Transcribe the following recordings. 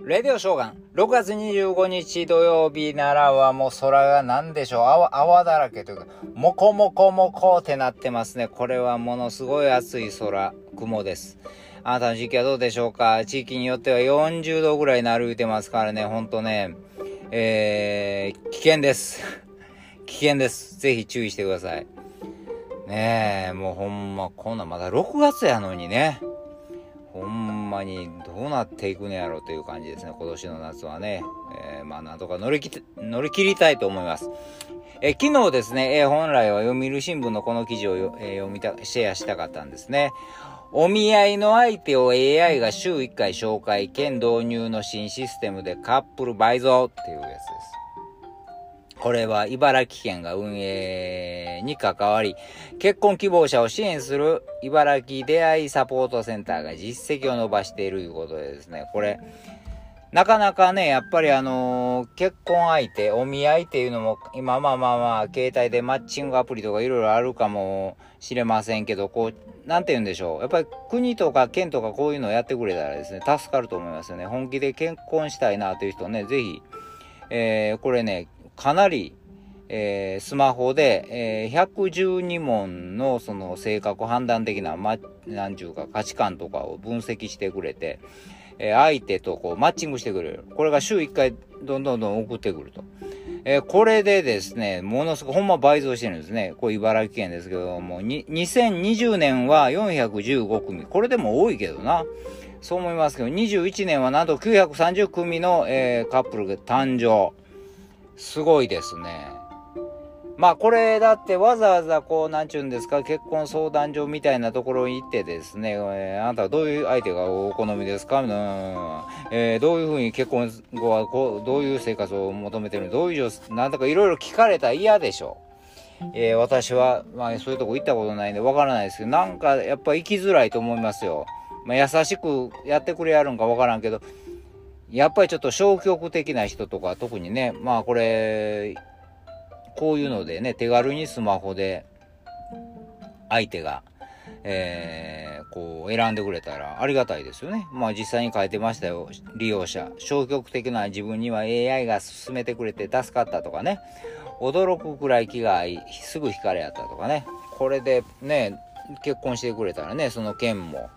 レディオショーガン、6月25日土曜日奈良はもう空が何でしょう、泡だらけというか、もこもこもこってなってますね。これはものすごい暑い空、雲です。あなたの地域はどうでしょうか。地域によっては40度ぐらいなる言うてますからね、ほんとね、危険です。危険です。ぜひ注意してください。ねえ、もうほんま、こんなんまだ6月やのにね。ほんまにどうなっていくのやろという感じですね。今年の夏はね。なんとか乗り切りたいと思います。昨日ですね、本来は読売新聞のこの記事をシェアしたかったんですね。お見合いの相手を AI が週1回紹介、兼導入の新システムでカップル倍増っていうやつです。これは茨城県が運営に関わり、結婚希望者を支援する茨城出会いサポートセンターが実績を伸ばしているということでですね、これ、なかなかね、やっぱり結婚相手、お見合いっていうのも、今携帯でマッチングアプリとかいろいろあるかもしれませんけど、こう、なんて言うんでしょう。やっぱり国とか県とかこういうのをやってくれたらですね、助かると思いますよね。本気で結婚したいなという人ね、ぜひ、これね、かなり、スマホで、112問のその性格判断的な、なんちゅうか価値観とかを分析してくれて、相手とこうマッチングしてくれる。これが週1回どんどん送ってくると。これでですね、ものすごくほんま倍増してるんですね。これ茨城県ですけども、2020年は415組。これでも多いけどな。そう思いますけど、21年はなんと930組の、カップルが誕生。すごいですね。まあこれだってわざわざこうなんちゅうんですか、結婚相談所みたいなところに行ってですね、あなたはどういう相手がお好みですか、どういうふうに結婚後はこうどういう生活を求めてる、どういうなんとかいろいろ聞かれたら嫌でしょう。私はそういうとこ行ったことないんでわからないですけど、なんかやっぱ行きづらいと思いますよ。優しくやってくれやるんかわからんけど、やっぱりちょっと消極的な人とか特にね、これこういうのでね、手軽にスマホで相手が、こう選んでくれたらありがたいですよね。実際に書いてましたよ。利用者。消極的な自分には AI が勧めてくれて助かったとかね。驚くくらい気が合い、すぐ惹かれ合ったとかね。これでね、結婚してくれたらね、その件も、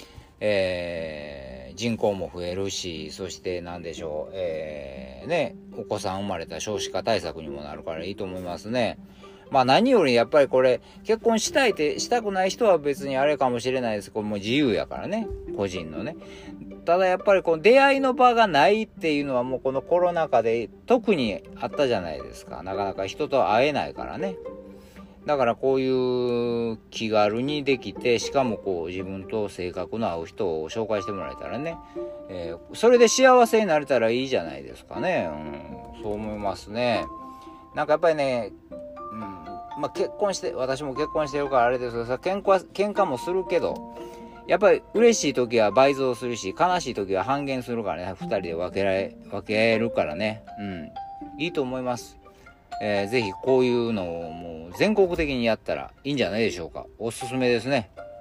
人口も増えるし、そして何でしょう、お子さん生まれた少子化対策にもなるからいいと思いますね。何よりやっぱりこれ、結婚したくない人は別にあれかもしれないです。これもう自由やからね。個人のね。ただやっぱりこの出会いの場がないっていうのはもうこのコロナ禍で特にあったじゃないですか。なかなか人と会えないからね。だからこういう気軽にできて、しかもこう自分と性格の合う人を紹介してもらえたらね、それで幸せになれたらいいじゃないですかね。そう思いますね。なんかやっぱりね、私も結婚してるからあれですけどさ、喧嘩もするけど、やっぱり嬉しい時は倍増するし、悲しい時は半減するからね、二人で分けるからね、いいと思います。ぜひこういうのをもう全国的にやったらいいんじゃないでしょうか。おすすめですね。